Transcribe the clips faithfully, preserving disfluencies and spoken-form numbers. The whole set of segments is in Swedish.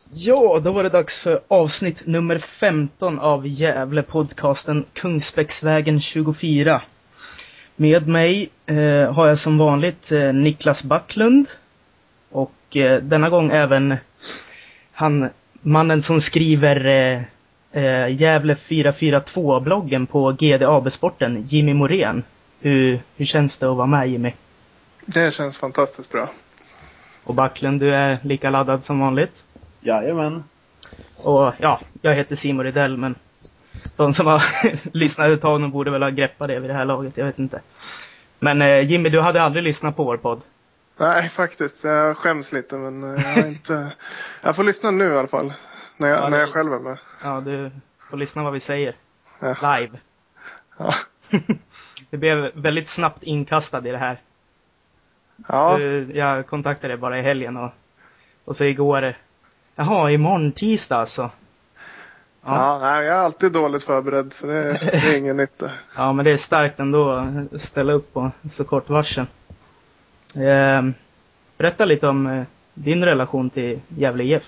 Ja, då var det dags för avsnitt nummer femton av Gävle-podcasten Kungsbäcksvägen tjugofyra. Med mig eh, har jag som vanligt eh, Niklas Backlund. Och eh, denna gång även han, mannen som skriver eh, eh, Gävle fyra fyra två-bloggen på G D A B-sporten, Jimmy Morén. Hur, hur känns det att vara med, Jimmy? Det känns fantastiskt bra. Och Backlund, du är lika laddad som vanligt? Jajamän. Och ja, jag heter Simon Rydell, men de som har lyssnat ett tag borde väl ha greppat det vid det här laget, jag vet inte. Men eh, Jimmy, du hade aldrig lyssnat på vår podd? Nej, faktiskt. Jag skäms lite, men jag har inte... Jag får lyssna nu i alla fall. När jag, ja, när det... jag själv är med. Ja, du får lyssna vad vi säger. Ja. Live. Ja. Det blev väldigt snabbt inkastad i det här. Ja. Jag kontaktade dig bara i helgen och, och så igår... Jaha, imorgon tisdag alltså. Ja, ja nej, jag är alltid dåligt förberedd, så det, det är ingen nytta. Ja, men det är starkt ändå att ställa upp på så kort varsel. Eh, berätta lite om eh, din relation till Gävle I F.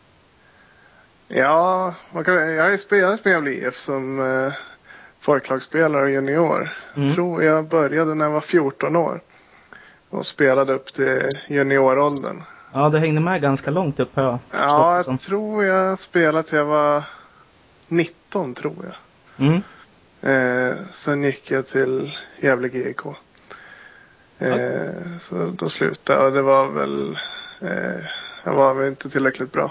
Ja, man kan, jag har ju spelat med Gävle I F som eh, folklagsspelare och junior. Mm. Jag tror jag började när jag var fjorton år. Och spelade upp till junioråldern. Ja, det hängde med ganska långt upp här. Ja, jag som. tror jag spelade till jag var nitton, tror jag. Mm. Eh, sen gick jag till Gävle G I K. Eh, ja. Så då slutade jag. Och det var väl... Eh, jag var väl inte tillräckligt bra.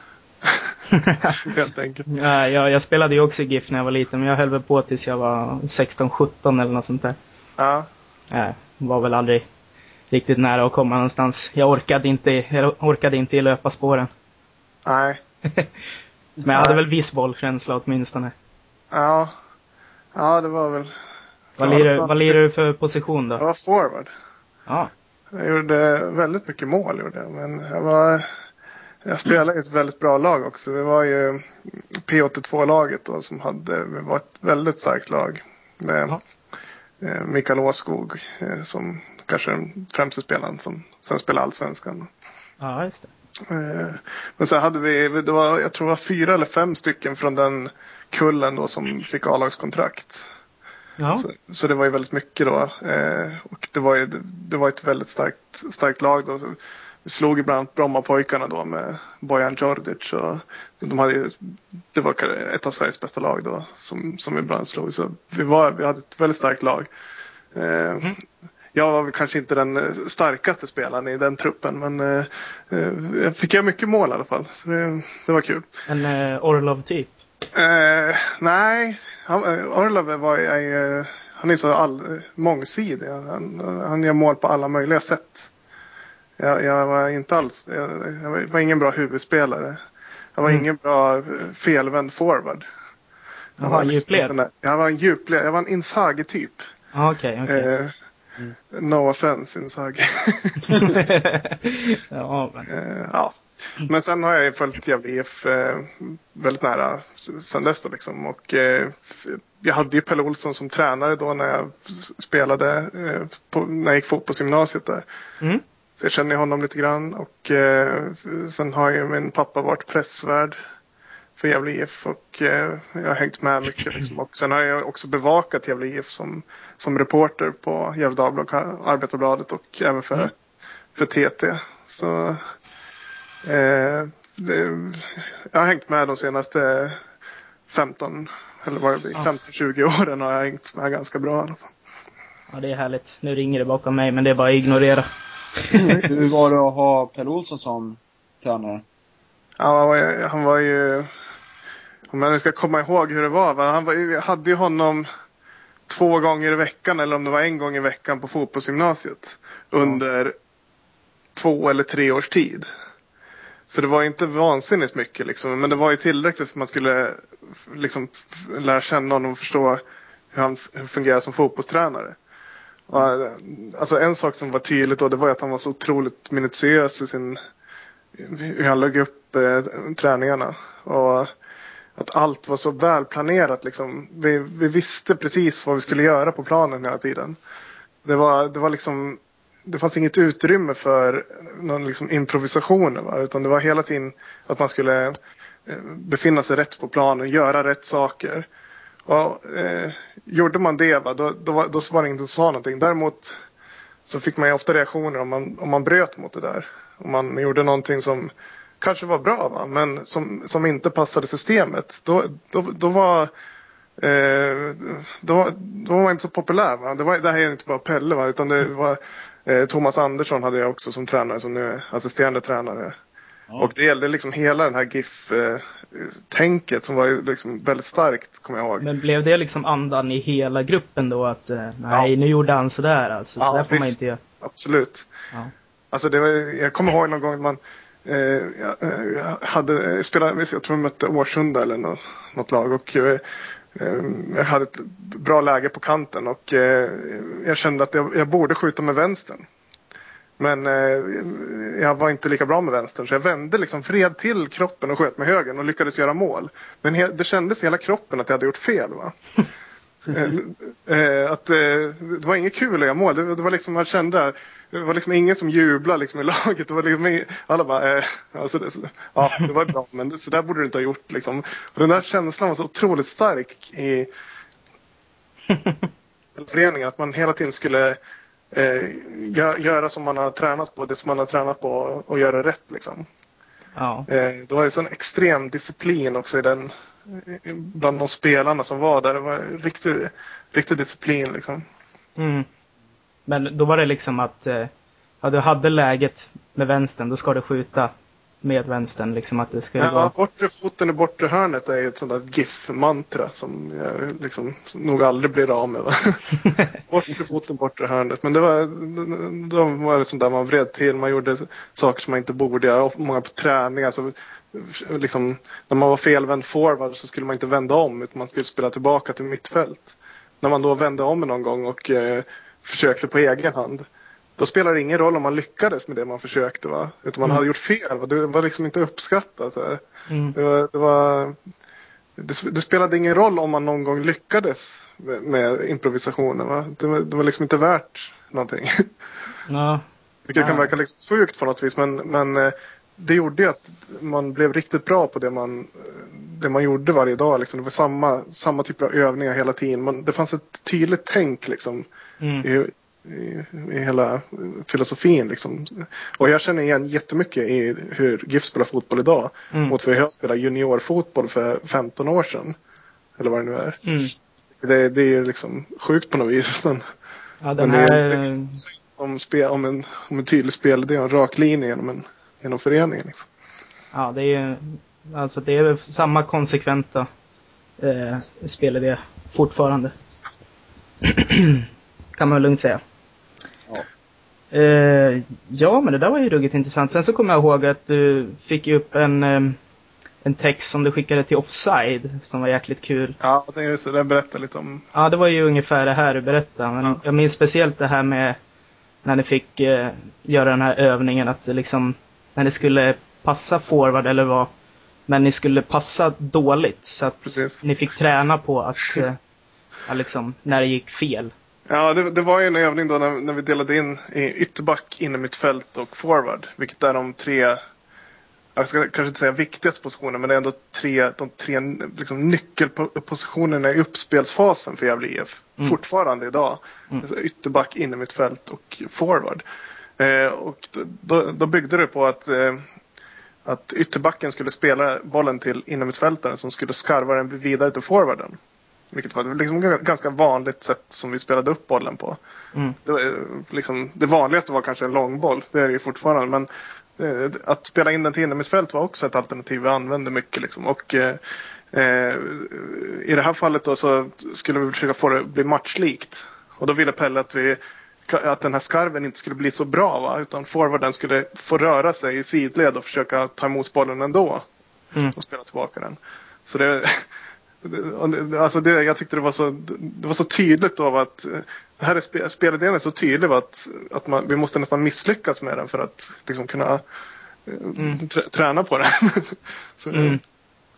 Helt enkelt. Ja, jag, jag spelade ju också i G I F när jag var liten. Men jag höll väl på tills jag var sexton sjutton eller något sånt där. Ja. Jag var väl aldrig... riktigt nära att komma någonstans. Jag orkade inte, jag orkade inte i löparspåren. Nej. Men jag hade väl viss bollkänsla åtminstone. Ja. Ja, det var väl... Vad lirar, vad lirar du för position då? Jag var forward. Ja. Jag gjorde väldigt mycket mål, gjorde jag. Men jag var... Jag spelade i ett väldigt bra lag också. Vi var ju P åttiotvå-laget då som hade... Vi var ett väldigt starkt lag. Med ja. eh, Mikael Åskog eh, som... kanske den främsta spelaren som sen spelade Allsvenskan. Ja, just det. Eh, men så hade vi, det var, jag tror det var fyra eller fem stycken från den kullen då som fick A-lagskontrakt. Ja. Så, så det var ju väldigt mycket då. Eh, och det var ju det var ett väldigt starkt, starkt lag då. Så vi slog ibland Brommapojkarna då med Bojan Djordjic. Och de hade ju, det var ett av Sveriges bästa lag då som, som vi ibland slog. Så vi, var, vi hade ett väldigt starkt lag. Eh, mm. Jag var väl kanske inte den starkaste spelaren i den truppen. Men eh, jag fick jag mycket mål i alla fall. Så det, det var kul. En eh, Orlov typ? Eh, nej. Han, Orlov var jag, han är så all, mångsidig. Han, han gör mål på alla möjliga sätt. Jag, jag var inte alls... Jag, jag var ingen bra huvudspelare. Jag var mm. ingen bra felvänd forward. Jag var, liksom jag var en djupled. Jag var en Inzaghi-typ. Okej, okej. Eh, Mm. No offense, Inzaghi. ja, men. Uh, ja. Men sen har jag ju följt Gävle I F uh, väldigt nära sen dess då liksom. Och uh, jag hade ju Pelle Olsson som tränare då när jag spelade uh, på, när jag gick fotbollsgymnasiet där. Mm. Så jag känner honom lite grann. Och uh, sen har ju min pappa varit pressvärd för Gävle I F och eh, jag har hängt med mycket liksom. Och sen har jag också bevakat Gävle I F som, som reporter på Gävle Dagblad, Arbetarbladet och även för, mm. för T T. Så eh, det, jag har hängt med de senaste femton eller vad det blir, ja. femton tjugo åren har jag hängt med ganska bra i alla fall. Ja, det är härligt. Nu ringer det bakom mig, men det är bara att ignorera. Hur var det att ha Pelle Olsson som tränare? Ja, han var ju... Om jag ska komma ihåg hur det var. Va? Han var, jag hade ju honom två gånger i veckan. Eller om det var en gång i veckan på fotbollsgymnasiet. Under ja. två eller tre års tid. Så det var inte vansinnigt mycket. Liksom, men det var ju tillräckligt för att man skulle liksom, lära känna honom och förstå hur han fungerar som fotbollstränare. Och, alltså en sak som var tydligt då, det var att han var så otroligt minutiös i sin... hur han lade upp eh, träningarna. Och att allt var så välplanerat liksom. Vi, vi visste precis vad vi skulle göra på planen hela tiden. Det var, det var liksom det fanns inget utrymme för någon liksom improvisation, va? Utan det var hela tiden att man skulle eh, befinna sig rätt på plan och göra rätt saker. Och eh, gjorde man det, va? Då, då, var, då var det ingen som sa någonting. Däremot så fick man ju ofta reaktioner om man, om man bröt mot det där. Om man gjorde någonting som kanske var bra, va? Men som, som inte passade systemet. Då, då, då var eh, då, då var man inte så populär, va? Det, var, det här är inte bara Pelle, va? Utan det var eh, Thomas Andersson hade jag också som tränare, som nu är assisterande tränare. Ja. Och det gällde liksom hela den här GIF-tänket som var liksom väldigt starkt, kommer jag ihåg. Men blev det liksom andan i hela gruppen då att eh, nej, ja. nu gjorde han sådär alltså, så ja, där får visst. Man inte göra. Absolut. Ja. Alltså det var, jag kommer ihåg någon gång man eh, jag, jag hade spelat, jag tror vi mötte Årsunda eller något, något lag, och eh, jag hade ett bra läge på kanten och eh, jag kände att jag, jag borde skjuta med vänstern. Men eh, jag var inte lika bra med vänstern, så jag vände liksom fred till kroppen och sköt med högern och lyckades göra mål. Men he- det kändes i hela kroppen att jag hade gjort fel, va? eh, eh, att, eh, det var inget kul att göra mål. Det, det var liksom, man kände, det var liksom ingen som jublade liksom i laget. Det var liksom, alla bara, eh, alltså det, ja, det var bra, men det, så där borde du inte ha gjort liksom. Och den där känslan var så otroligt stark i föreningen, att man hela tiden skulle Eh, göra som man har tränat på, det som man har tränat på, och göra rätt liksom. Ja. Eh, det var ju sån extrem disciplin också i den, bland de spelarna som var där. Det var riktig, riktig disciplin liksom. Mm. Men då var det liksom att eh, ja, du hade läget med vänstern, då ska du skjuta med vänstern liksom, att det ska ja, vara... bortre foten i bortre hörnet är ett sånt där GIF-mantra som jag liksom nog aldrig blir av med, va? Bortre foten, bortre hörnet. Men det var, de var det sånt där man vred till, man gjorde saker som man inte borde göra, många på träning, alltså liksom, när man var felvänd forward så skulle man inte vända om, utan man skulle spela tillbaka till mittfält. När man då vände om någon gång och eh, försökte på egen hand, då spelar det ingen roll om man lyckades med det man försökte, va? Utan man mm. hade gjort fel, va? Det var liksom inte uppskattat. Mm. Det, var, det, var, det, det spelade ingen roll om man någon gång lyckades med, med improvisationen, va? Det, var, det var liksom inte värt någonting. Ja. Vilket kan verka liksom sjukt på något vis, men, men det gjorde ju att man blev riktigt bra på det man, det man gjorde varje dag. Liksom. Det var samma, samma typ av övningar hela tiden. Man, det fanns ett tydligt tänk liksom, mm. i, I, i hela filosofin liksom. Och jag känner igen jättemycket i hur GIF spelar fotboll idag mm. mot hur jag spelar juniorfotboll för femton år sedan, eller vad det nu är. Mm. det, det är liksom sjukt på något vis, men, ja, den här... men det är om, spel, om, en, om en tydlig spel, det är en rak linje genom, en, genom föreningen liksom. Ja, det är alltså det är samma konsekventa eh, spel det fortfarande. Kan man lugnt säga. Ja. Eh, ja, men det där var ju ruggigt intressant. Sen så kommer jag ihåg att du fick upp en, eh, en text som du skickade till Offside som var jäkligt kul. Ja, det är så, det berättar lite om... Ja, det var ju ungefär det här du berättade. Men ja. Jag minns speciellt det här med när ni fick eh, göra den här övningen, att liksom, när ni skulle passa forward eller vad, men ni skulle passa dåligt, så att Precis. Ni fick träna på att eh, ja, liksom, när det gick fel. Ja, det, det var ju en övning då när, när vi delade in i ytterback, inom mitt fält och forward, vilket är de tre, jag ska kanske inte säga viktigaste positioner, men det är ändå tre, de tre liksom, nyckelpositionerna i uppspelsfasen för Gävle I F. Mm. Fortfarande idag. Mm. Alltså, ytterback, inom mitt fält och forward. Eh, och då, då byggde det på att, eh, att ytterbacken skulle spela bollen till inom mitt fältaren som skulle skarva den vidare till forwarden. Vilket var liksom ett ganska vanligt sätt som vi spelade upp bollen på. Mm. Det, var, liksom, det vanligaste var kanske en långboll, det är det ju fortfarande, men eh, att spela in den till inom mitt fält var också ett alternativ vi använde mycket. Liksom. Och eh, eh, i det här fallet då så skulle vi försöka få det bli matchlikt. Och då ville Pelle att, vi, att den här skarven inte skulle bli så bra, va? Utan forwarden skulle få röra sig i sidled och försöka ta emot bollen ändå. Mm. Och spela tillbaka den. Så det... Alltså det, jag tyckte det var så, det var så tydligt av att det här är spelidén är så tydlig att, att man, vi måste nästan misslyckas med den för att liksom kunna mm. trä, träna på den. Så, mm.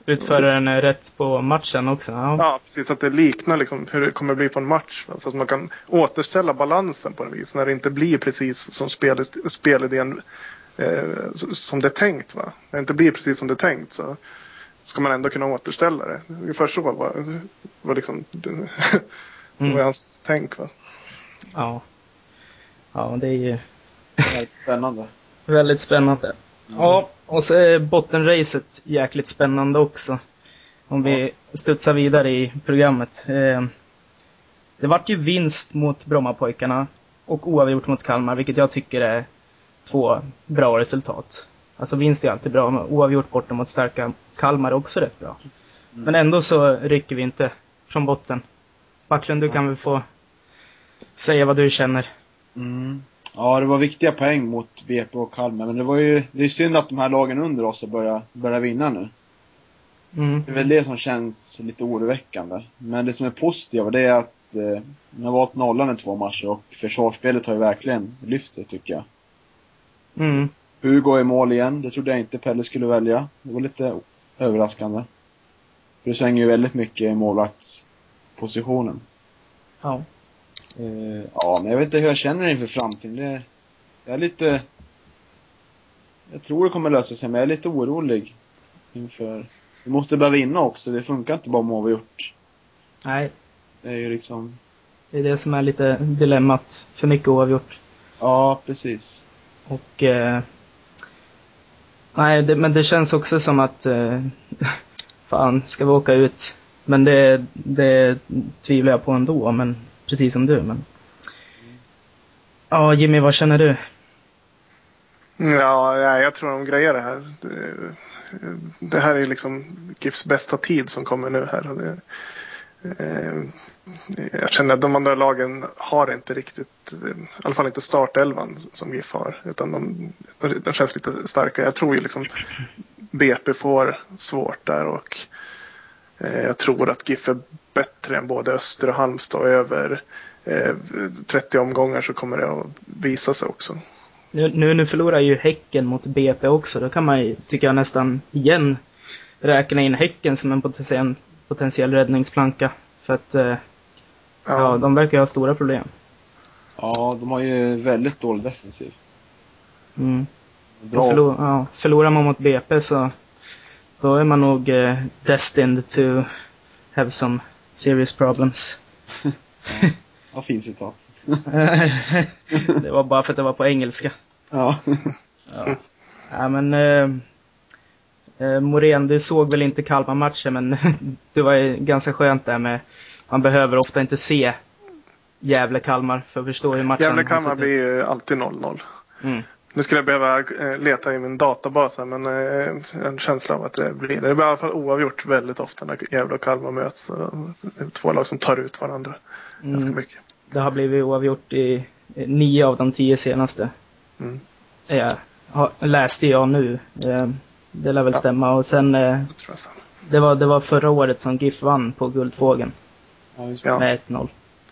Utföra den rätt på matchen också. Ja, ja precis. Att det liknar liksom hur det kommer bli på en match. Va? Så att man kan återställa balansen på en vis. När det inte blir precis som spel, spelidén eh, som det är tänkt. Va? När det inte blir precis som det är tänkt så ska man ändå kunna återställa det. Ungefär så var, var liksom det, mm. det var hans tänk. Va? Ja. Ja, det är ju Väldigt spännande. väldigt spännande. Mm. Ja, och så är bottenracet jäkligt spännande också. Om ja. vi studsar vidare i programmet. Eh, det vart ju vinst mot Brommapojkarna och oavgjort mot Kalmar, vilket jag tycker är två bra resultat. Alltså vinst är alltid bra, men oavgjort borta mot starka Kalmar är också rätt bra. Mm. Men ändå så rycker vi inte från botten. Backlund, du kan väl få säga vad du känner. Mm. Ja, det var viktiga poäng mot B P och Kalmar. Men det var ju det är synd att de här lagen under oss börjar, börjar vinna nu. Mm. Det är väl det som känns lite oroväckande. Men det som är positivt det är att eh, man har valt nollan i två matcher. Och försvarsspelet har ju verkligen lyft sig, tycker jag. Mm. Hugo i mål igen. Det trodde jag inte Pelle skulle välja. Det var lite överraskande. För det svänger ju väldigt mycket i målvaktspositionen. Ja. Uh, ja, men jag vet inte hur jag känner inför framtiden. Det, jag är lite... Jag tror det kommer lösa sig, men jag är lite orolig inför... Vi måste börja vinna också. Det funkar inte bara med vad vi gjort. Nej. Det är ju liksom... Det är det som är lite dilemmat. För mycket oavgjort. Ja, precis. Och... Eh... Nej, det, men det känns också som att... Eh... Fan, ska vi åka ut? Men det, det tvivlar jag på ändå, men... Precis som du, men... Ja, Jimmy, vad känner du? Ja, jag tror de grejer det här. Det, det här är liksom GIFs bästa tid som kommer nu här. Det, eh, jag känner att de andra lagen har inte riktigt, i alla fall inte startelvan som GIF har. Utan de, de känns lite starka. Jag tror ju liksom B P får svårt där och eh, jag tror att GIF är bättre än både Öster och Halmstad över eh, trettio omgångar så kommer det att visa sig också. Nu, nu, nu förlorar ju Häcken mot B P också. Då kan man ju, tycker jag, nästan igen räkna in Häcken som en potentiell, potentiell räddningsplanka. För att eh, ja. ja, de verkar ha stora problem. Ja, de har ju väldigt dålig defensiv. Mm. Förlor, ja, förlorar man mot B P så då är man nog eh, destined to have some serious problems. Ja. Ja, fin citat. Det var bara för att det var på engelska. Ja. Ja, ja men eh, eh, Morén, du såg väl inte Kalmar-matchen, men det var ju ganska skönt där med, man behöver ofta inte se Gävle-Kalmar för att förstå hur matchen... Gävle-Kalmar blir ju alltid noll noll. Mm. Nu skulle jag behöva eh, leta i min databas här, men eh, en känsla av att det blir det. Det blir i alla fall oavgjort väldigt ofta när Gävle och Kalmar möts. Det är två lag som tar ut varandra mm. ganska mycket. Det har blivit oavgjort i nio av de tio senaste. Mm. Ja, har, läste jag nu. Det lär väl ja. stämma. Och sen, det, det, var, det var förra året som GIF vann på Guldfågeln. Ja, just det. Med ett noll.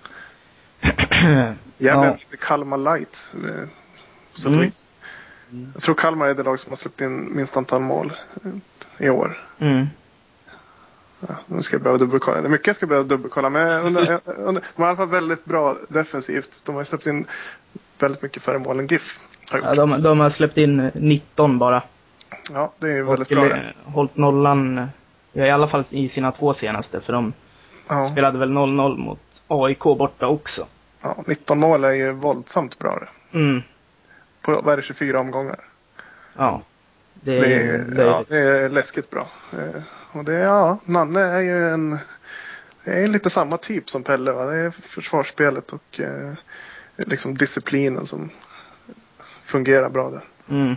Jävla ja. lite Kalmar light. På sätt och vis. Mm. Jag tror Kalmar är det lag som har släppt in minst antal mål i år. Mm. Ja, nu ska jag behöva dubbelkolla. Det är mycket jag ska behöva dubbelkolla. Men under, under, de har i alla fall väldigt bra defensivt. De har släppt in väldigt mycket färre mål än GIF har gjort. Ja, de, de har släppt in nitton bara. Ja, det är ju väldigt och bra. Och hållit nollan, ja, i alla fall i sina två senaste. För de ja. spelade väl noll noll mot A I K borta också. Ja, nitton mål är ju våldsamt bra det. Mm. På vad är det, tjugofyra omgångar. Ja. Det är, det är, ja, det är läskigt bra. Och det, ja, Nanne är ju en, är lite samma typ som Pelle, va? Det är försvarsspelet och eh, liksom disciplinen som fungerar bra där. Mm.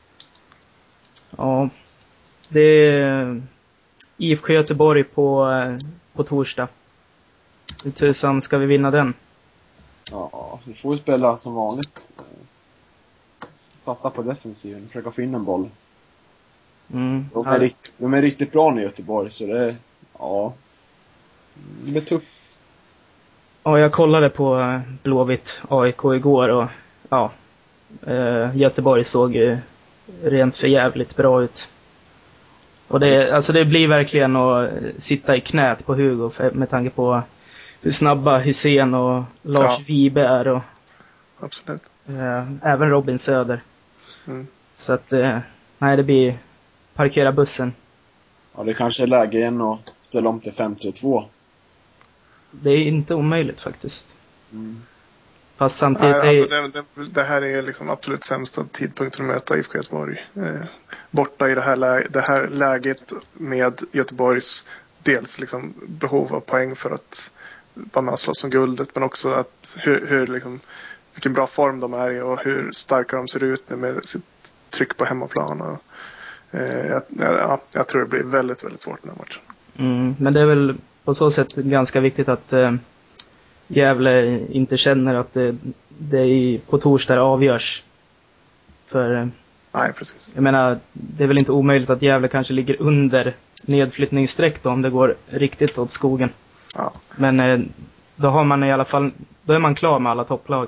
Ja, det är I F K Göteborg på, på torsdag. Hur tusan ska vi vinna den? Ja, vi får ju spela som vanligt. Satsa på defensiven, försöka få in en boll. Mm, de, är rikt, de är riktigt bra nu i Göteborg, så det är, ja, det blir tufft. Ja, jag kollade på Blåvitt A I K igår och ja, eh, Göteborg såg ju rent för jävligt bra ut. Och det, alltså det blir verkligen att sitta i knät på Hugo med tanke på hur snabba Hussein och Lars ja. Wibe är. Och, absolut. Eh, även Robin Söder. Mm. Så att, eh, nej det blir parkera bussen. Ja, det kanske är läge igen att ställa om till fem tre två. Det är inte omöjligt faktiskt. Mm. Fast samtidigt nej, är... alltså det, det, det här är liksom absolut sämsta tidpunkten att möta I F K Göteborg. Eh, borta i det här, lä- det här läget med Göteborgs dels liksom behov av poäng för att vara med och slåss om guldet, men också att hur, hur liksom, vilken bra form de är i och hur starka de ser ut nu med sitt tryck på hemmaplan. Och, eh, jag, ja, jag tror det blir väldigt, väldigt svårt den här matchen. Mm, men det är väl på så sätt ganska viktigt att eh, Gävle inte känner att det, det är på torsdag avgörs. För eh, nej, precis. Jag menar, det är väl inte omöjligt att Gävle kanske ligger under nedflyttningsstreck då, om det går riktigt åt skogen. Ja. Men eh, då har man i alla fall, då är man klar med alla topplag.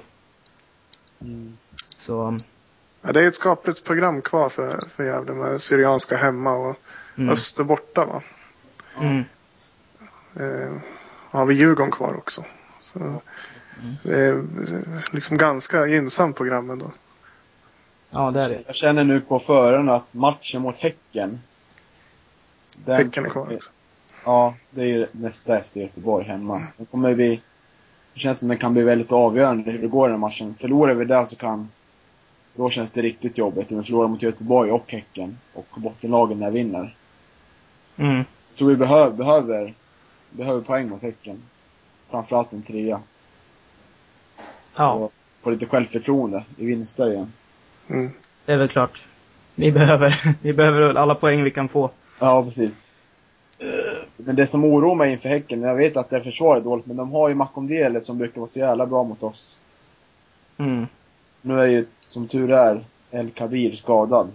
Mm. Så ja, det är ett skapligt program kvar för, för Gävle med Syrianska hemma och mm. Öster borta, va? Mm. Eh, har vi Djurgården kvar också. Så mm. det är liksom ganska gynnsamt program ändå. Ja, det är det. Jag känner nu på förhand att matchen mot Häcken. Den, Häcken är kvar också. Ja, det är ju nästa efter Göteborg hemma. Det kommer bli, det känns som det kan bli väldigt avgörande hur det går i den matchen. Förlorar vi där så kan, då känns det riktigt jobbigt. Om vi förlorar mot Göteborg och Häcken och bottenlagen där vinner. Mm. Jag tror vi behöver, behöver, behöver poäng mot Häcken. Framförallt en trea. Ja. Och få lite självförtroende i vinster igen. Mm. Det är väl klart. Vi behöver, vi behöver alla poäng vi kan få. Ja, precis. Men det som oroar mig inför Häcken, jag vet att det är försvaret dåligt, men de har ju Makomdele som brukar vara så jävla bra mot oss. Mm. Nu är ju, som tur är, El Kabir skadad.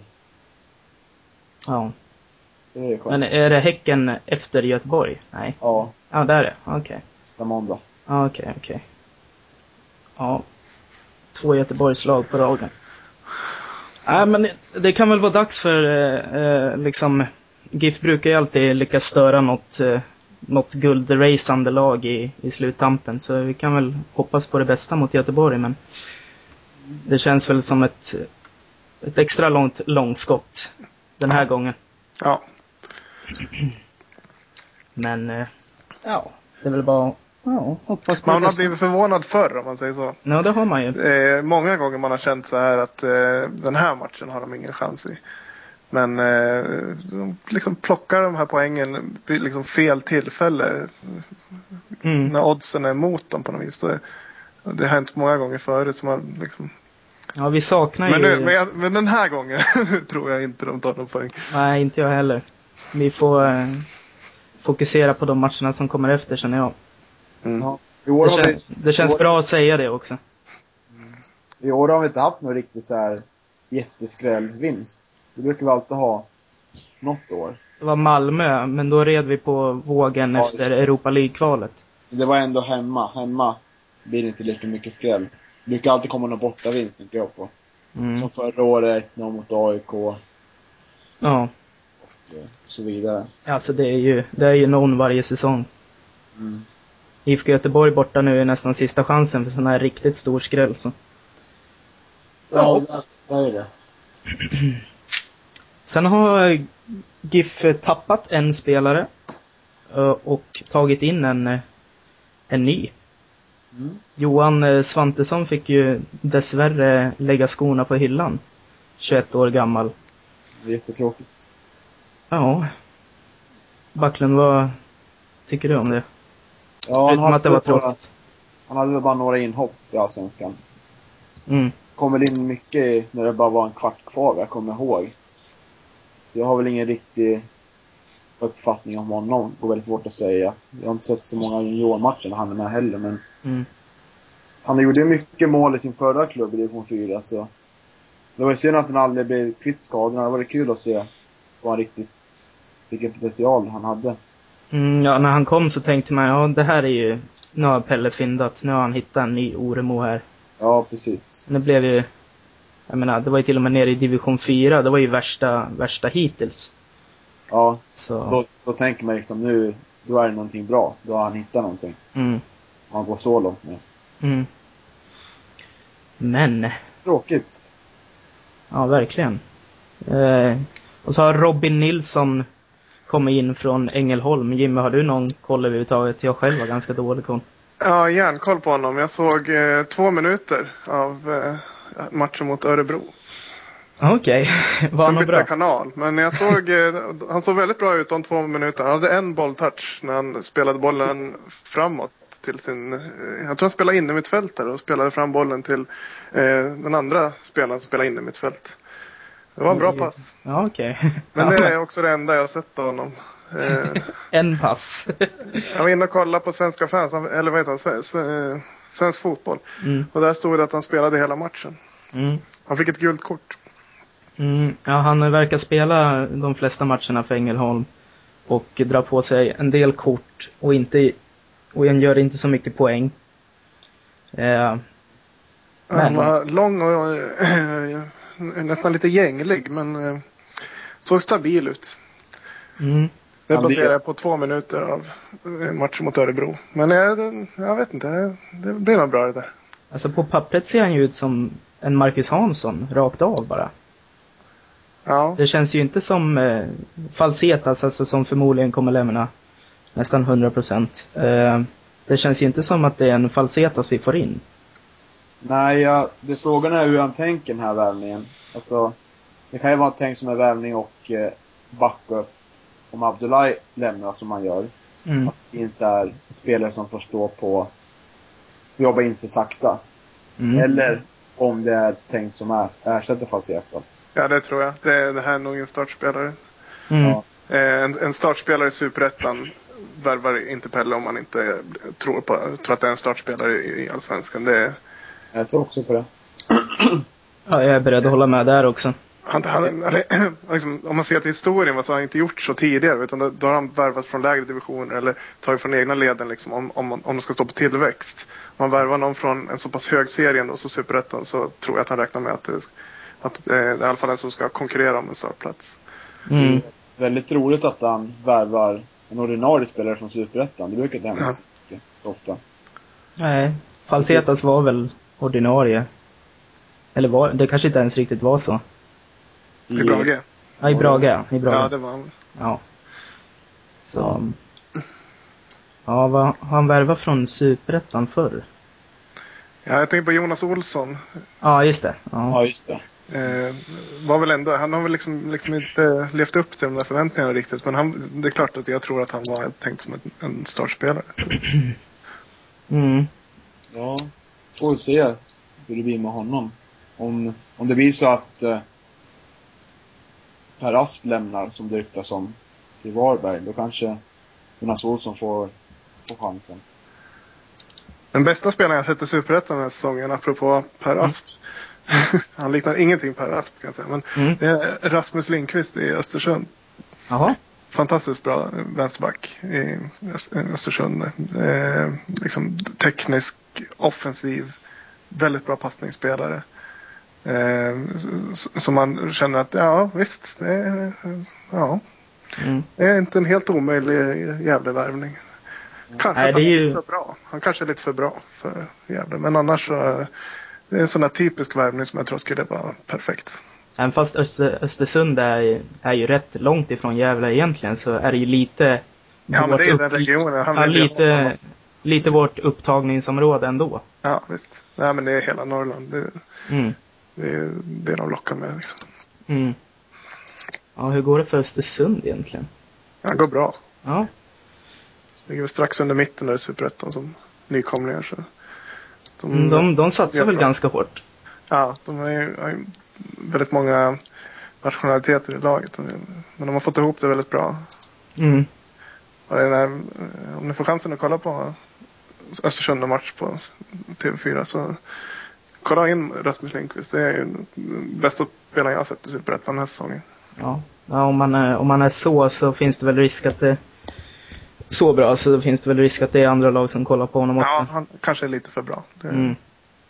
Ja. Så det är skönt. Men är det Häcken efter Göteborg? Nej. Ja. Ja, där är det. Okej. Okay. Nästa måndag. Ja, okej, okay, okej. Okay. Ja. Två Göteborgslag på dagen. Nej, men det kan väl vara dags för eh, liksom GIF brukar ju alltid lyckas störa något, eh, något guldracande lag i, i sluttampen. Så vi kan väl hoppas på det bästa mot Göteborg, men det känns väl som ett, ett extra långt långskott den här gången. Ja. Men eh, ja, det är väl bara ja, hoppas på man det har bästa. blivit förvånad förr, om man säger så. Ja, det har man ju. Eh, många gånger man har känt så här att eh, den här matchen har de ingen chans i. Men eh, de liksom plockar de här poängen vid liksom fel tillfälle. Mm. När oddsen är emot dem på något vis. Då, det har hänt många gånger förut som man liksom... Ja, vi saknar men ju... Nu, men, jag, men den här gången tror jag inte de tar någon poäng. Nej, inte jag heller. Vi får eh, fokusera på de matcherna som kommer efter, känner jag. Mm. Ja. Det, kän- vi, det känns år... bra att säga det också. Mm. I år har vi inte haft någon riktigt så här jätteskrällvinst. Det brukar vi alltid ha något år. Det var Malmö, men då red vi på vågen ja, efter Europa League-kvalet. Det var ändå hemma. Hemma blir det inte lika mycket skräll. Det brukar alltid komma någon borta vinst, inte jag på. Mm. Som förra året, någon mot A I K. Ja. Och så vidare. Alltså det är ju, det är ju någon varje säsong. Mm. I F K Göteborg borta nu är nästan sista chansen för sån här riktigt stor skräll. Så. Ja, det är det. Sen har GIF tappat en spelare och tagit in en, en ny. Mm. Johan Svantesson fick ju dessvärre lägga skorna på hyllan. tjugoett år gammal. Det är jättetråkigt. Ja. Backlund, vad tycker du om det? Ja, han hade, att det var tråkigt. Han hade väl bara några inhopp i Allsvenskan. Mm. Kom väl in mycket när det bara var en kvart kvar, jag kommer ihåg. Så jag har väl ingen riktig uppfattning om honom. Det är väldigt svårt att säga. Jag har inte sett så många juniormatcher när han är med heller. Men mm. han gjorde mycket mål i sin förra klubb i division fyra. Så det var ju synd att han aldrig blev kvitt skadorna. Det var det kul att se vad han riktigt, vilken potential han hade. Mm, ja, när han kom så tänkte man, ja det här är ju, nu har Pelle fyndat. Nu har han hittat en ny Oremo här. Ja, precis. Det blev ju, jag menar, det var ju till och med nere i division fyra. Det var ju värsta, värsta hittills. Ja, Så. Då, då tänker man liksom nu, då är det någonting bra. Då har han hittat någonting. Mm. Han går så långt nu. Mm. Men. Tråkigt. Ja, verkligen. Eh, och så har Robin Nilsson kommit in från Ängelholm. Jimmy, har du någon koll överhuvudtaget? Jag själv har ganska dålig koll. Ja, järnkoll på honom. Jag såg eh, två minuter av eh, matchen mot Örebro. Okej, okay. Var han bytte bra? kanal. Men jag såg, eh, han såg väldigt bra ut de två minuterna. Han hade en bolltouch när han spelade bollen framåt till sin... Eh, jag tror han spelade inne mitt fält där och spelade fram bollen till eh, den andra spelaren som spelade inne mitt fält. Det var en bra pass. Ja, okej. Okay. Men det är också det enda jag har sett av honom. Eh, en pass. Jag var inne och kollade på Svenska fans, eller vad heter han, svensk, svensk fotboll. Mm. Och där stod det att han spelade hela matchen. Mm. Han fick ett gult kort. Mm. Ja, han verkar spela de flesta matcherna för Ängelholm. Och dra på sig en del kort. Och, inte, och han gör inte så mycket poäng. Eh, han var lång och äh, nästan lite gänglig. Men äh, såg stabil ut. Mm. Det baserar jag på två minuter av matchen mot Örebro. Men jag, jag vet inte, det blir nog bra det där. Alltså på pappret ser han ju ut som en Marcus Hansson, rakt av bara. Ja. Det känns ju inte som eh, Falsetas, alltså som förmodligen kommer lämna nästan hundra procent. Eh, det känns ju inte som att det är en Falsetas vi får in. Nej, ja, det frågan är hur han tänker den här värvningen. Alltså, det kan ju vara tänkt som en värvning och eh, backup om Abdullahi lämnar som man gör. Mm. Att det finns här spelare som får stå på jobba in sig sakta. Mm. Eller om det är tänkt som är ersätter Falsetas. Ja, det tror jag. Det, det här är nog en startspelare. Mm. Ja. En, en startspelare i Superettan värvar inte Pelle om man inte tror, på, tror att det är en startspelare i, i Allsvenskan. Det, jag tror också på det. Ja, jag är beredd att hålla med där också. Han, han, han, liksom, om man ser till historien, vad så har han inte gjort så tidigare, utan då, då har han värvat från lägre divisioner eller tagit från egna leden liksom, om, om, om de ska stå på tillväxt. Om man värvar någon från en så pass hög serie då, så Superettan, så tror jag att han räknar med att det, att det är i alla fall en som ska konkurrera om en startplats. Mm. Det är väldigt roligt att han värvar en ordinarie spelare från Superettan. Det brukar inte hända ja. så mycket, så ofta. Nej, Falsetas var väl ordinarie. Eller var, det kanske inte ens riktigt var så. I Brage. Ja, i Brage. I Brage. Ja, det var han. Ja. Så. Ja, vad har han värvat från Superettan förr? Ja, jag tänker på Jonas Olsson. Ja, just det. Ja, ja just det. Eh, var väl ändå, han har väl liksom, liksom inte levt upp till de där förväntningarna riktigt. Men han, det är klart att jag tror att han var tänkt som en, en startspelare. Mm. Ja, får vi se hur det blir med honom. Om, om det blir så att eh, Per Asp lämnar som det ryktas om till Varberg, då kanske Jonas Olsson får, får chansen. Den bästa spelaren jag sett i Superettan den här säsongen, apropå Per Asp. Mm. Han liknar ingenting Per Asp kan jag säga. Men mm. det är Rasmus Lindqvist i Östersund. Jaha. Fantastiskt bra vänsterback i Östersund. Eh, liksom teknisk, offensiv, väldigt bra passningsspelare. Eh, så man känner att ja visst det är, ja, mm. det är inte en helt omöjlig jävla värvning. Kanske Nej, att han är ju... lite för bra. Han kanske är lite för bra för Gävle. Men annars så är det en sån här typisk värvning som jag tror skulle vara perfekt. Även fast Öster, Östersund är, är ju rätt långt ifrån Gävle egentligen, så är det ju lite... Ja, men det är upp... den regionen. Han ja, lite, lite vårt upptagningsområde ändå. Ja, visst. Nej, men det är hela Norrland. Det, mm. det är det de lockar med liksom. Mm. Ja, hur går det för Östersund egentligen? Ja, det går bra. Ja. Det ligger strax under mitten där i Superettan som nykomlingar. Så de, mm, de, de satsar väl bra. Ganska hårt. Ja, de har ju, har ju väldigt många nationaliteter i laget. Men de har fått ihop det väldigt bra. Mm. Och det är, om ni får chansen att kolla på Östersund match på T V fyra, så kolla in Rasmus Lindqvist. Det är ju den bästa spelaren jag har sett i Superettan den här säsongen. Ja, ja om, man är, om man är så så finns det väl risk att det så bra, så finns det väl risk att det är andra lag som kollar på honom också. Ja, han kanske är lite för bra. Det är... mm.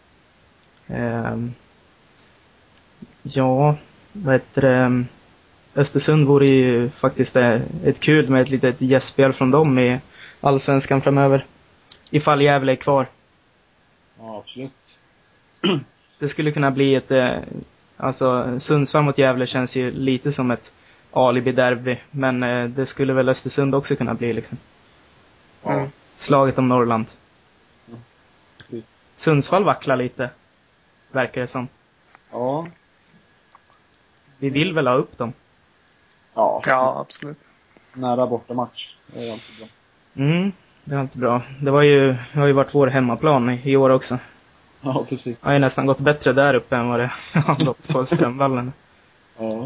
ehm. Ja, vad heter det? Östersund vore ju faktiskt ett kul med ett litet gästspel från dem i Allsvenskan framöver. Ifall Gävle är kvar. Ja, absolut. Det skulle kunna bli ett... Alltså, Sundsvall mot Gävle känns ju lite som ett alibi-derby. Men det skulle väl Östersund också kunna bli liksom. Mm. Slaget om Norrland. Mm. Precis. Sundsvall vacklar lite. Verkar det som. Ja. Vi vill väl ha upp dem. Ja, Ja, absolut. nära bortamatch. Det är alltid bra. Mm, det är alltid bra. Det var ju, det har ju varit vår hemmaplan i, i år också. Ja, precis. Det har ju nästan gått bättre där uppe än vad det har gått på Strömvallen. Ja.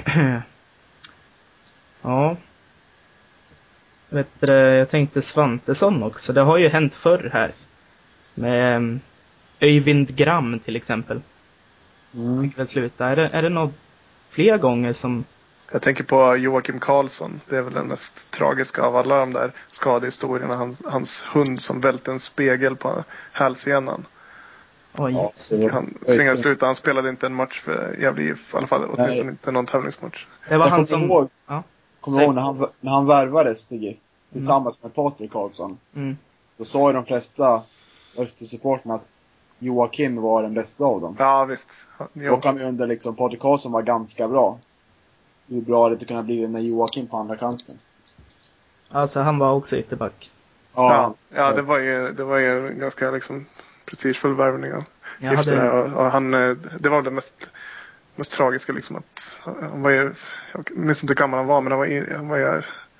Ja. Vet du, jag tänkte Svantesson också. Det har ju hänt förr här. Med Öyvind Gram till exempel. Mm. Fick väl sluta. Är det, är det något fler gånger som... Jag tänker på Joakim Karlsson. Det är väl den mest tragiska av alla de där skadehistorierna. Hans, hans hund som välte en spegel på hälsenan. Oj, Ja, det var- Han tvingades sluta. Han spelade inte en match för Gävle I F. I alla fall åtminstone Nej. inte någon tävlingsmatch. det var Jag han kommer som... ihåg, Ja. kommer ihåg när, han, när han värvades till GIF tillsammans med Patrik Karlsson. Mm. Då sa ju de flesta Östersupporterna att Joakim var den bästa av dem. Ja, visst. Då Jo. kom ju under liksom Patrik Karlsson var ganska bra. Hur bra det kunde bli med Joakim på andra kanten. Alltså han var också ytterback. Ja, ja det, var ju, det var ju en ganska liksom prestigefull värvning av Jag GIF. hade- Och, och han, eh, det var det mest, mest tragiska liksom att han var ju, jag minns inte hur gammal han var, men han var, i, han var ju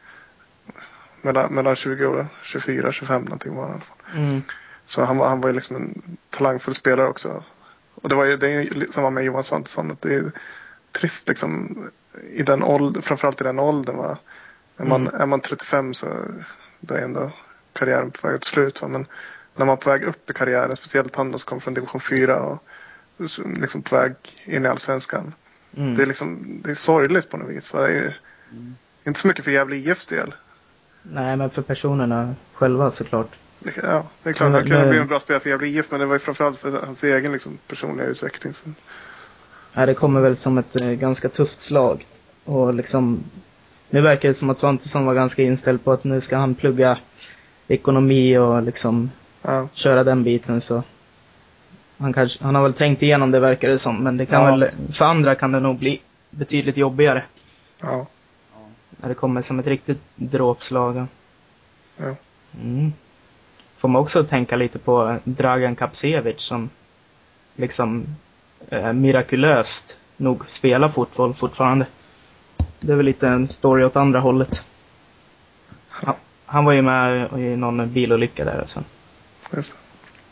mellan, mellan tjugo och tjugofyra, tjugofem någonting var han i alla fall. Mm. Så han var, han var ju liksom en talangfull spelare också. Och det var ju det är ju samma med Johan Svantesson, att det är trist liksom i den åldern, framförallt i den åldern va. Är man, Mm. är man trettiofem så då är ändå karriären på väg att slut va? Men när man är på väg upp i karriären, speciellt han som kom från division fyra och liksom på väg in i Allsvenskan. Mm. Det är liksom, det är sorgligt på något vis va? Det är Mm. inte så mycket för Gävle I F:s del. Nej, men för personerna själva såklart. Ja, det är klart, Men- han kunde men- bli en bra spelare för Gävle I F, men det var ju framförallt för hans egen liksom, personliga utveckling. Så. Nej, det kommer väl som ett eh, ganska tufft slag. Och liksom, nu verkar det som att Svantesson var ganska inställd på att nu ska han plugga ekonomi och liksom Ja. köra den biten, så han, kanske, han har väl tänkt igenom det verkar det som, men det kan Ja. väl, för andra kan det nog bli betydligt jobbigare Ja. när det kommer som ett riktigt dråpslag. Ja. Mm. Får man också tänka lite på Dragan Kapsevic som liksom eh, mirakulöst nog spelar fotboll fortfarande. Det är väl lite en story åt andra hållet. Han, han var ju med i någon bilolycka där alltså. Just det.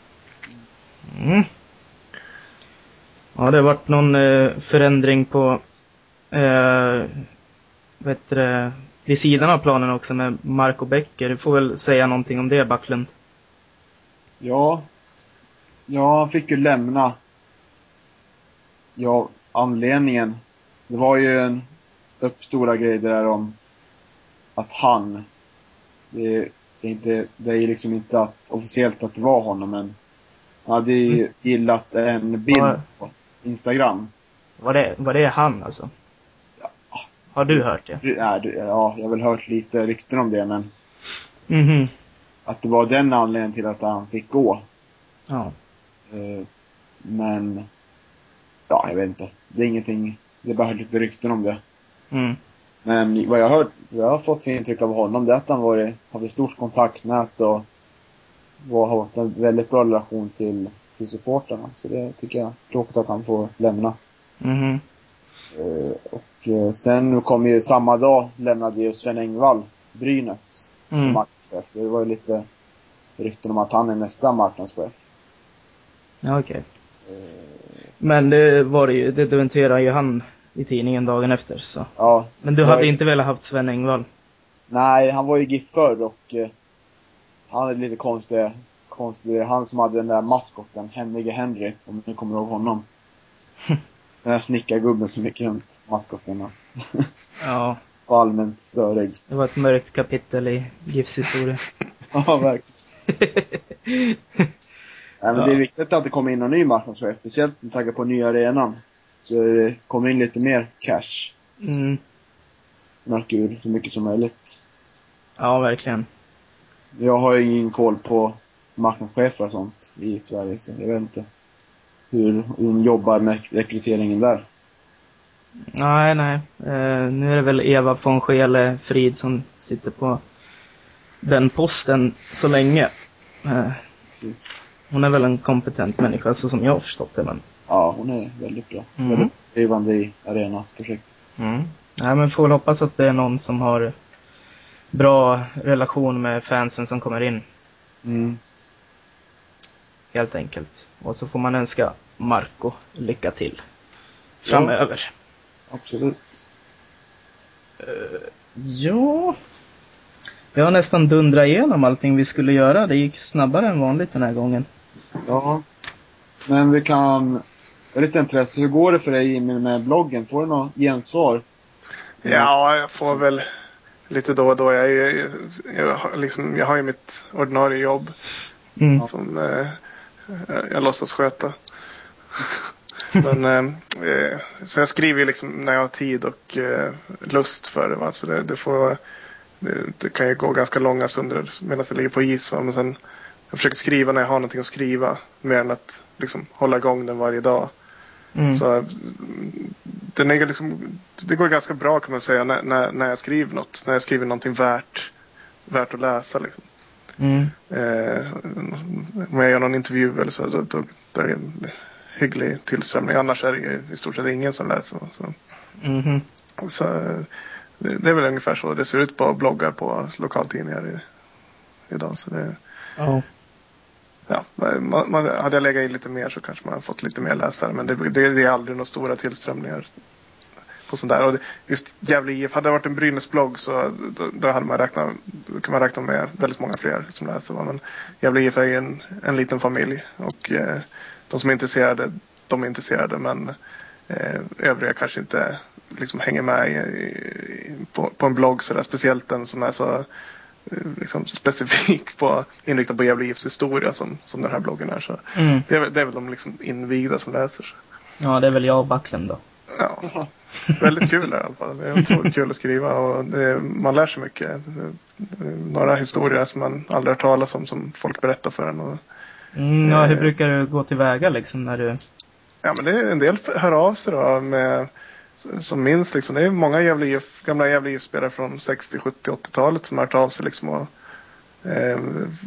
Mm. Ja, det har varit någon eh, förändring på eh, vet du, det, vid sidan av planen också med Marco Becker. Du får väl säga någonting om det, Backlund. Ja. Ja, han fick ju lämna. Ja, anledningen. Det var ju en uppstora grej där om att han, det är inte, det är ju liksom inte att, officiellt att det var honom, men han hade ju Mm. gillat en bild Ja. på Instagram. Var det, var det han alltså? Har du hört det? Nej, det- ja, jag har väl hört lite rykten om det, men Mhm. att det var den anledningen till att han fick gå. Ja. Eh, Men ja, jag vet inte. Det är ingenting, det är bara lite rykten om det. Mm. Men vad jag har hört, vad jag har fått för intryck av honom, det är att han varit, hade stort kontaktnät och var, har haft en väldigt bra relation till, till supporterna. Så det tycker jag är tråkigt att han får lämna. Mhm. Eh, och eh, sen nu kom ju samma dag lämnade ju Sven Engvall Brynäs som Mm. marknadschef. Så det var ju lite rykten om att han är nästa marknadschef. Ja, okej. Men det var det ju, det dementerade ju han i tidningen dagen efter, så. Ja, Men du det hade var ju- inte velat haft Sven Engvall? Nej, han var ju GIF förr och eh, han är lite konstig. konstig. Det är han som hade den där maskotten, Hemlige Henry, om ni kommer ihåg honom. Den där snickargubben som gick runt maskotten och Ja, var allmänt störig. det var ett mörkt kapitel i GIFs historia. Ja, verkligen. Nej, men Ja. det är viktigt att det kommer in någon ny marknadschef, speciellt med tanke på nya arenan. Så det kommer in lite mer cash. Mm. mörka ur så mycket som möjligt. Ja, verkligen. Jag har ju ingen koll på marknadschefer och sånt i Sverige, så jag vet inte hur hon jobbar med rekryteringen där. Nej, nej. Eh, nu är det väl Eva von Schele Frid som sitter på den posten så länge. Eh, Precis. hon är väl en kompetent människa, så som jag har förstått det. Men... Ja, hon är väldigt bra. Mm. Väldigt drivande i Arena-projektet. Mm. Nej, men får väl hoppas att det är någon som har bra relation med fansen som kommer in. Mm. Helt enkelt. Och så får man önska Marco lycka till framöver. Ja, absolut. Uh, ja. Vi har nästan dundrat igenom allting vi skulle göra. Det gick snabbare än vanligt den här gången. Ja. Men vi kan... Jag har lite intresse. Hur går det för dig med, med bloggen? Får du något gensvar? Ja, jag får väl lite då och då. Jag, är, jag, jag, liksom, jag har ju mitt ordinarie jobb Mm. som eh, jag låtsas sköta. Men eh, så jag skriver ju liksom när jag har tid och eh, lust för det. Va? Så det, det, får, det, det kan ju gå ganska långa stunder medan jag ligger på is. Va? Men sen jag försöker skriva när jag har någonting att skriva. Mer än att liksom, hålla igång den varje dag. Mm. Så den är liksom, det går ganska bra kan man säga när, när, när jag skriver något. När jag skriver någonting värt, värt att läsa. Liksom. Mm. Eh, om jag gör någon intervju eller så, då, då, då är det en hygglig tillströmning. Annars är det i stort sett ingen som läser. Så, Mm-hmm. så det, det är väl ungefär så det ser ut på bloggar på lokaltidningar i, idag. Så det, Oh. ja, man, man, hade jag legat i lite mer så kanske man hade fått lite mer läsare. Men det, det, det är aldrig några stora tillströmningar på sånt där. Och det, just Gävle I F, hade det varit en Brynäs-blogg så då, då hade man räknat, då kan man räkna med väldigt många fler som läser. Men Gävle I F är en, en liten familj och eh, de som är intresserade, de är intresserade, men eh, övriga kanske inte liksom hänger med i, i, på, på en blogg så där, speciellt den som är så liksom specifik på inriktad på Gävle I Fs historia som, som den här bloggen är. Så Mm. det, är, det är väl de liksom invigda som läser. Ja, det är väl jag och Backlund då. Ja, väldigt kul i alla fall. Det är otroligt kul att skriva och det, man lär sig mycket. Några historier som man aldrig har talat om som folk berättar för en. Och, Mm, ja, hur brukar du gå tillväga liksom när du... ja, men det är en del hör av sig då med, som minns liksom, det är många Gävle I F, gamla Gävle I F-spelare från sextio, sjuttio, åttio-talet som har hört av sig liksom och eh,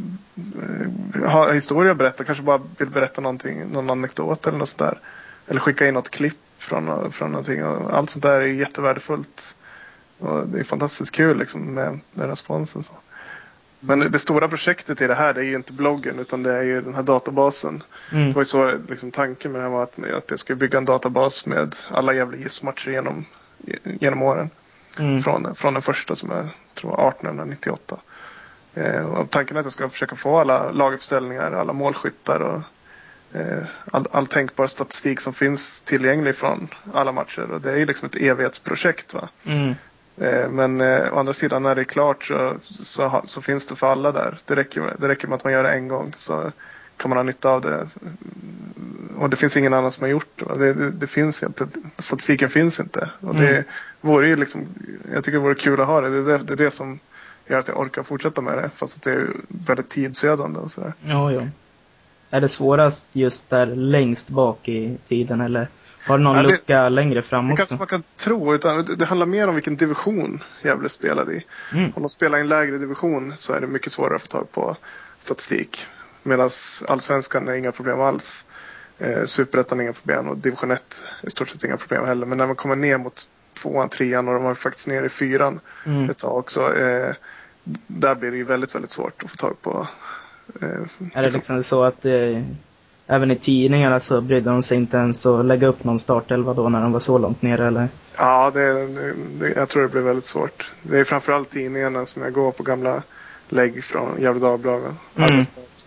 har historia att berätta, kanske bara vill berätta någonting, någon anekdot eller något sådär. Eller skicka in något klipp från, från någonting. Och allt sånt där är jättevärdefullt. Och det är fantastiskt kul liksom med den responsen. Så. Men det stora projektet i det här, det är ju inte bloggen utan det är ju den här databasen. Mm. Det var ju så liksom, tanken med det här var att, att jag skulle bygga en databas med alla Gävle I F-matcher genom, genom åren. Mm. Från, från den första som är tror arton nittioåtta. Eh, och tanken är att jag ska försöka få alla laguppställningar, alla målskyttar och eh, all, all tänkbar statistik som finns tillgänglig från alla matcher. Och det är ju liksom ett evighetsprojekt va. Mm. Eh, men eh, å andra sidan när det är klart så, så, så finns det för alla där. Det räcker, med, det räcker med att man gör det en gång så kan man ha nytta av det. Och det finns ingen annan som har gjort det. Det, det, det finns inte. Statistiken finns inte. Och det mm. vore ju liksom, jag tycker det vore kul att ha det. Det är det, det, är det som gör att jag orkar fortsätta med det. Fast att det är väldigt tidsödande och sådär. Ja, ja. Är det svårast just där längst bak i tiden eller har du någon ja, det, lucka längre fram det också? Det kanske man kan tro, utan det, det handlar mer om vilken division Gävle spelar i. Mm. Om de spelar i en lägre division så är det mycket svårare att få tag på statistik. Medan allsvenskan är inga problem alls. Eh, Superettan är inga problem och division ett är i stort sett inga problem heller. Men när man kommer ner mot tvåan, trean och de var faktiskt ner i fyran mm. ett tag också. Eh, där blir det ju väldigt, väldigt svårt att få tag på. Eh, är det liksom så att eh, även i tidningarna så brydde de sig inte ens att lägga upp någon startelva då när de var så långt ner eller? Ja, det, det, jag tror det blir väldigt svårt. Det är framförallt tidningarna som jag går på gamla lägg från Gävle Dagblad. Mm.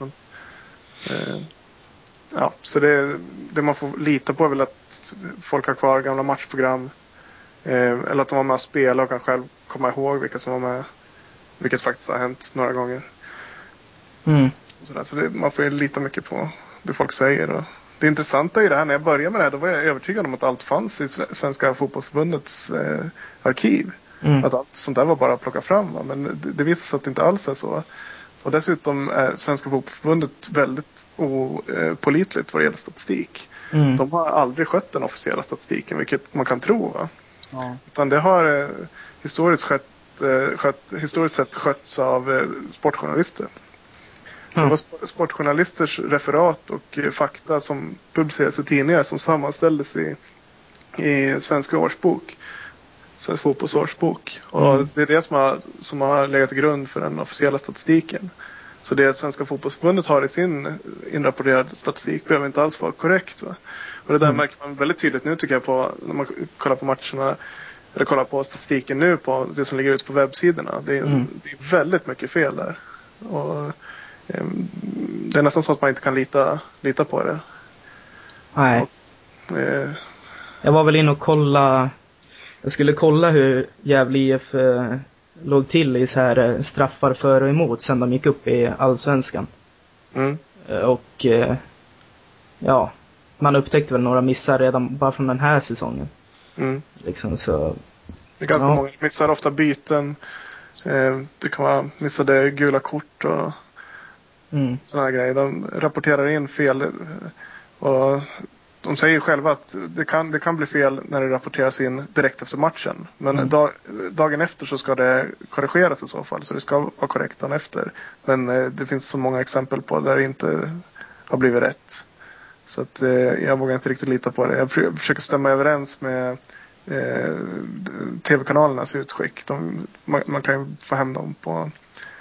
Eh, ja, så det, det man får lita på är väl att folk har kvar gamla matchprogram. Eh, eller att de var med och spela och kan själv komma ihåg vilka som var med. Vilket faktiskt har hänt några gånger. Mm. Så, så det, man får ju lita mycket på det folk säger. Och det intressanta i det här, när jag började med det här, då var jag övertygad om att allt fanns i Svenska fotbollsförbundets eh, arkiv. Mm. Att allt sånt där var bara att plocka fram. Va? Men det, det visar sig att det inte alls är så. Och dessutom är Svenska fotbollsförbundet väldigt opålitligt vad det gäller statistik. Mm. De har aldrig skött den officiella statistiken, vilket man kan tro. Va? Ja. Utan det har eh, historiskt, skett, eh, skett, historiskt sett skötts av eh, sportjournalister. Mm. Det var sportjournalisters referat och eh, fakta som publiceras i tidningar som sammanställdes i, i Svenska årsbok. Svensk fotbolls årsbok. Och mm. det är det som har, som har legat till grund för den officiella statistiken. Så det Svenska fotbollsförbundet har i sin inrapporterade statistik behöver inte alls vara korrekt. Va? Och det där mm. märker man väldigt tydligt nu tycker jag på när man kollar på matcherna eller kollar på statistiken nu på det som ligger ute på webbsidorna. Det är, mm. det är väldigt mycket fel där. Och eh, det är nästan så att man inte kan lita, lita på det. Nej. Och, eh, jag var väl inne och kolla jag skulle kolla hur Gävle I F eh, låg till i så här eh, straffar för och emot sen de gick upp i Allsvenskan. Mm. Eh, och eh, ja, man upptäckte väl några missar redan bara från den här säsongen. Mm. Liksom så. Det är ganska ja. många missar, ofta byten. Eh, det kan vara missade gula kort och mm. såna här grejer. De rapporterar in fel och de säger själva att det kan, det kan bli fel när det rapporteras in direkt efter matchen. Men mm. dag, dagen efter så ska det korrigeras i så fall. Så det ska vara korrekt dagen efter. Men eh, det finns så många exempel på där det inte har blivit rätt. Så att eh, jag vågar inte riktigt lita på det. Jag försöker stämma överens med eh, tv-kanalernas utskick. De, man, man kan ju få hem dem på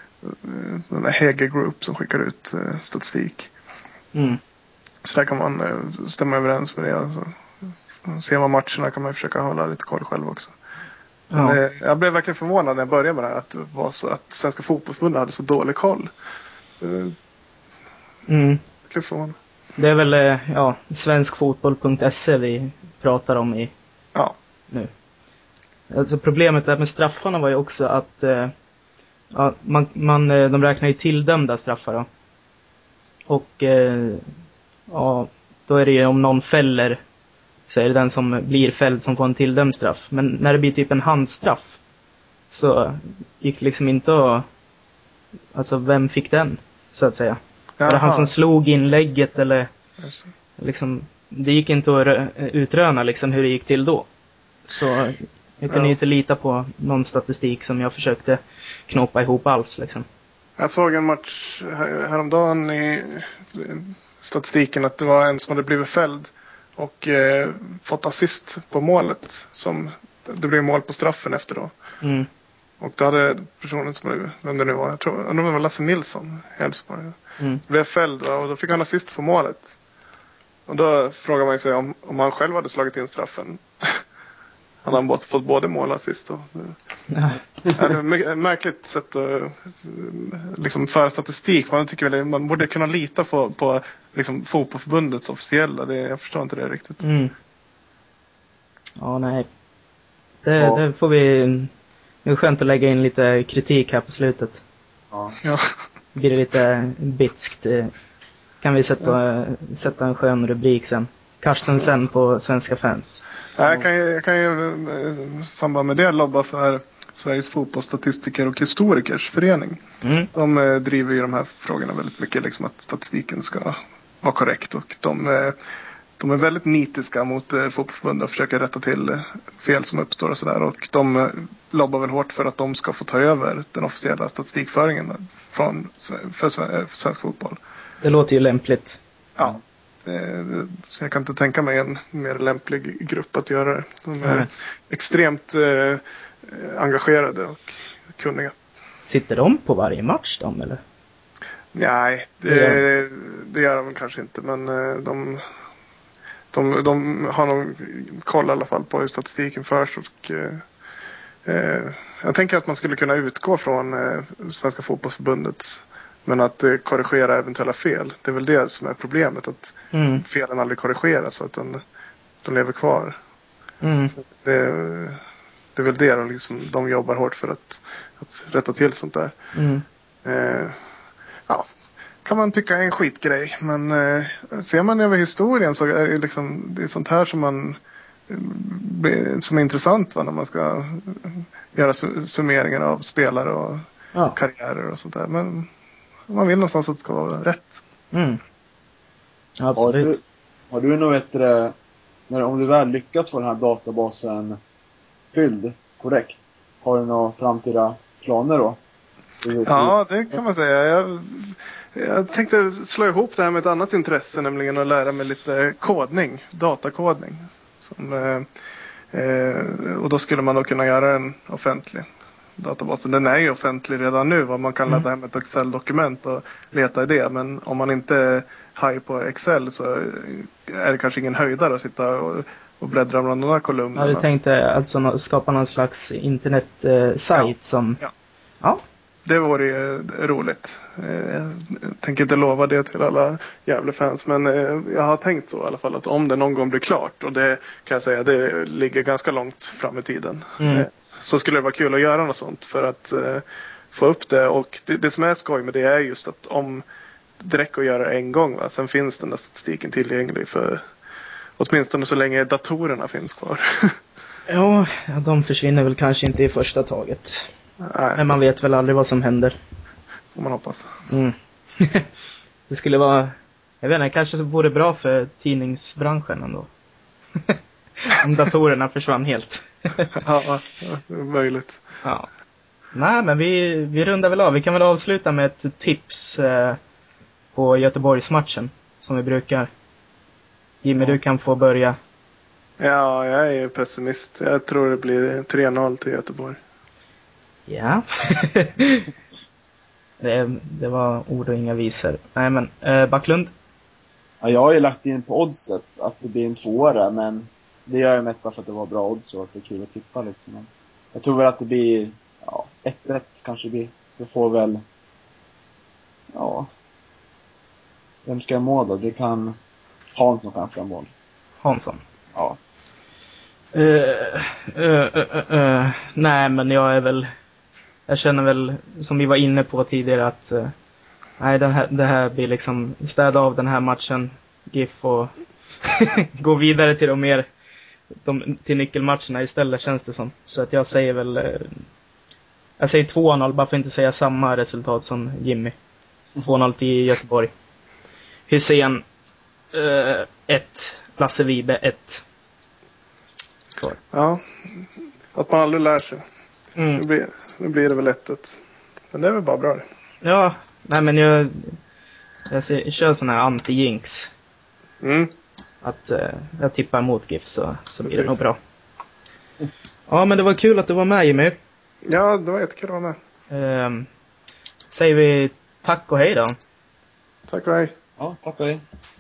eh, den här Hege Group som skickar ut eh, statistik. Mm. Så där kan man eh, stämma överens med det. Alltså. Ser man matcherna kan man försöka hålla lite koll själv också. Ja. Men, eh, jag blev verkligen förvånad när jag började med det här. Att det var så att Svenska fotbollsförbundet hade så dålig koll. Eh, mm. Verkligen förvånad. Det är väl eh, ja, svenskfotboll punkt se vi pratar om i ja. nu. Alltså problemet där med straffarna var ju också att eh, ja, man, man, de räknar ju tilldömda straffar då. Och eh, ja, då är det ju om någon fäller så är det den som blir fälld som får en tilldömd straff. Men när det blir typ en handstraff så gick det liksom inte att, alltså vem fick den så att säga. Jaha. Var det han som slog inlägget eller liksom, det gick inte att utröna liksom hur det gick till då. Så jag kunde ja. inte lita på någon statistik som jag försökte knåpa ihop alls liksom. Jag såg en match här, häromdagen i statistiken att det var en som hade blivit fälld och eh, fått assist på målet som det blev mål på straffen efter då. Mm. Och då hade personen som blev, vem det nu var, jag tror det var Lasse Nilsson, Hälsborg. Mm. Blev fälld och då fick han assist på målet. Och då frågar man sig om, om han själv hade slagit in straffen. Han har både, fått både mål och assist. Och, ja. Det är ett märkligt sätt att liksom, föra statistik. Man, tycker väl, man borde kunna lita på, på liksom, fotbollsförbundets officiella. Det, jag förstår inte det riktigt. Mm. Ja, nej. Det, ja. det får vi... Det är skönt att lägga in lite kritik här på slutet. Ja. Ja. Blir det lite bitskt. Kan vi sätta, ja. sätta en skön rubrik sen. Karsten sen på Svenska fans. Ja, jag kan ju, jag kan ju i samband med det lobba för Sveriges fotbollsstatistiker och historikers förening. Mm. De eh, driver ju de här frågorna väldigt mycket. Liksom att statistiken ska vara korrekt. Och de, eh, de är väldigt nitiska mot eh, fotbollsförbundet och försöker rätta till eh, fel som uppstår och sådär. Och de eh, lobbar väl hårt för att de ska få ta över den officiella statistikföringen från, för, för svensk fotboll. Det låter ju lämpligt. Ja. Så jag kan inte tänka mig en mer lämplig grupp att göra det. De är mm. extremt eh, engagerade och kunniga. Sitter de på varje match då, eller? Nej, det, det, gör. det gör de kanske inte. Men eh, de, de, de har nog koll i alla fall på hur statistiken förs. Och, eh, jag tänker att man skulle kunna utgå från eh, Svenska fotbollsförbundets. Men att eh, korrigera eventuella fel. Det är väl det som är problemet. Att mm. felen aldrig korrigeras för att de, de lever kvar. Mm. Så det, det är väl det de, liksom, de jobbar hårt för att, att rätta till sånt där. Mm. Eh, ja, kan man tycka är en skitgrej. Men eh, ser man över historien så är det liksom det är sånt här som man som är intressant, va, när man ska göra summeringar av spelare och ja. karriärer och sånt där. Men man vill någonstans att det ska vara rätt. Mm. Absolut. Har du, har du nog ett, när, om du väl lyckas få den här databasen fylld korrekt, har du några framtida planer då? Ja, det kan man säga. Jag, jag tänkte slå ihop det här med ett annat intresse, nämligen att lära mig lite kodning, datakodning. Som, eh, eh, och då skulle man då kunna göra en offentlig databasen. Den är ju offentlig redan nu, vad man kan ladda hem ett Excel-dokument och leta i det. Men om man inte är high på Excel så är det kanske ingen höjdare att sitta och, och bläddra med några kolumner. Ja, du tänkte alltså skapa någon slags internetsajt ja. som... Ja. ja. Det vore ju roligt. Jag tänker inte lova det till alla jävla fans, men jag har tänkt så i alla fall, att om det någon gång blir klart, och det kan jag säga, det ligger ganska långt fram i tiden, mm. så skulle det vara kul att göra något sånt för att få upp det. Och det, det som är skoj med det är just att om det räcker att göra det en gång, va, sen finns den där statistiken tillgänglig för åtminstone så länge datorerna finns kvar. Ja, de försvinner väl kanske inte i första taget. Nej. Men man vet väl aldrig vad som händer. Får man hoppas. Mm. Det skulle vara, jag vet inte, kanske så vore bra för tidningsbranschen ändå. Om datorerna försvann helt. Ja, det är möjligt. Ja. Nej, men vi, vi rundar väl av. Vi kan väl avsluta med ett tips eh, på Göteborgsmatchen, som vi brukar. Jimmy, ja. Du kan få börja. Ja, jag är pessimist. Jag tror det blir tre noll till Göteborg. Ja. det, det var ord och inga visor. Nej, men eh, Backlund? Ja, jag har ju lagt in på oddset att det blir en tvåa, men det gör jag mest bara för att det var bra odds och att det är kul att tippa liksom. Men jag tror väl att det blir ja, ett ett kanske det blir. Det får väl ja. Vem ska jag mål då? Det kan Hansson kanske mål. Hansson? Ja. Uh, uh, uh, uh, nej, men jag är väl, jag känner väl, som vi var inne på tidigare, att uh, nej, den här, det här blir liksom städa av den här matchen, GIF, och gå vidare till de mer de, till nyckelmatcherna istället, känns det som. Så att jag säger väl uh, jag säger två noll, bara för att inte säga samma resultat som Jimmy. två noll till Göteborg. Hussein ett, uh, Lasse Vibe ett. Så. Ja, att man aldrig lär sig. Mm. Nu, blir, nu blir det väl ett ett. Men det är väl bara bra det. Ja, nej men jag jag, ser, jag kör sån här anti-jinx. Mm. Att uh, jag tippar emot GIF, så, så blir det nog bra. Ja, men det var kul att du var med, Jimmy. Ja, det var jättekul att vara med. Um, säger vi tack och hej då. Tack och hej. Ja, tack och hej.